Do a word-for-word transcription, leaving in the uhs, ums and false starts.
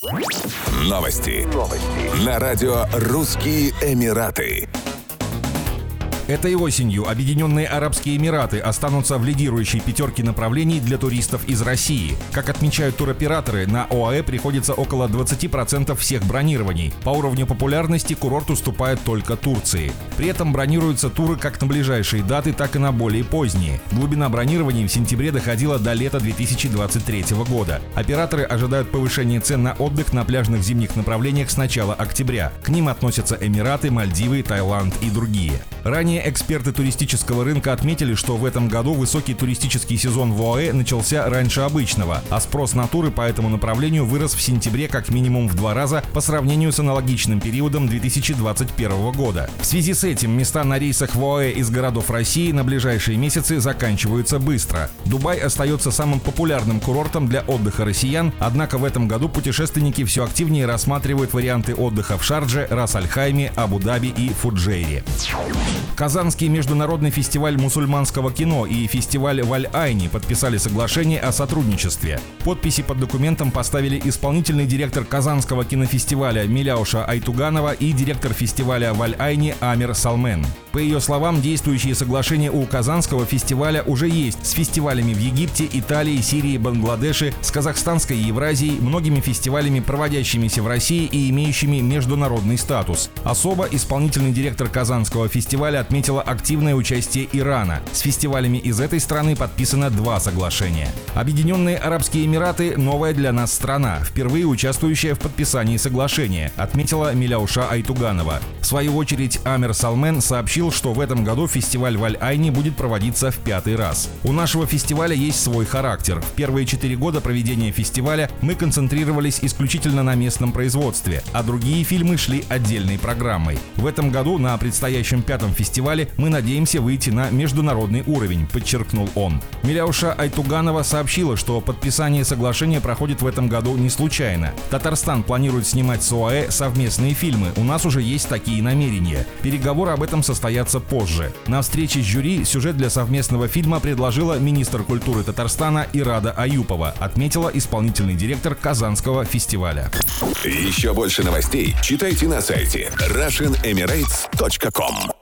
Новости. Новости. На радио «Русские Эмираты». Этой осенью Объединенные Арабские Эмираты останутся в лидирующей пятерке направлений для туристов из России. Как отмечают туроператоры, на ОАЭ приходится около двадцати процентов всех бронирований. По уровню популярности курорт уступает только Турции. При этом бронируются туры как на ближайшие даты, так и на более поздние. Глубина бронирований в сентябре доходила до лета две тысячи двадцать третьего года. Операторы ожидают повышения цен на отдых на пляжных зимних направлениях с начала октября. К ним относятся Эмираты, Мальдивы, Таиланд и другие. Ранее эксперты туристического рынка отметили, что в этом году высокий туристический сезон в ОАЭ начался раньше обычного, а спрос на туры по этому направлению вырос в сентябре как минимум в два раза по сравнению с аналогичным периодом две тысячи двадцать первого года. В связи с этим места на рейсах в ОАЭ из городов России на ближайшие месяцы заканчиваются быстро. Дубай остается самым популярным курортом для отдыха россиян, однако в этом году путешественники все активнее рассматривают варианты отдыха в Шардже, Рас-Аль-Хайме, Абу-Даби и Фуджейре. Казанский международный фестиваль мусульманского кино и фестиваль Валь-Айни подписали соглашение о сотрудничестве. Подписи под документом поставили исполнительный директор Казанского кинофестиваля Миляуша Айтуганова и директор фестиваля Валь-Айни Амир Салмен. По ее словам, действующие соглашения у Казанского фестиваля уже есть с фестивалями в Египте, Италии, Сирии, Бангладеше, с Казахстанской Евразией, многими фестивалями, проводящимися в России и имеющими международный статус. Особо исполнительный директор Казанского фестиваля отметила активное участие Ирана. С фестивалями из этой страны подписано два соглашения. Объединенные Арабские Эмираты – новая для нас страна, впервые участвующая в подписании соглашения, отметила Миляуша Айтуганова. В свою очередь Амир Салмен сообщил, что в этом году фестиваль Валь-Айни будет проводиться в пятый раз. У нашего фестиваля есть свой характер. В первые четыре года проведения фестиваля мы концентрировались исключительно на местном производстве, а другие фильмы шли отдельной программой. В этом году на предстоящем пятом фестивале мы надеемся выйти на международный уровень, подчеркнул он. Миляуша Айтуганова сообщила, что подписание соглашения проходит в этом году не случайно. Татарстан планирует снимать с ОАЭ совместные фильмы, у нас уже есть такие намерения. Переговоры об этом состоятся позже. На встрече с жюри сюжет для совместного фильма предложила министр культуры Татарстана Ирада Аюпова, отметила исполнительный директор Казанского фестиваля. Еще больше новостей читайте на сайте Russian Emirates точка ком.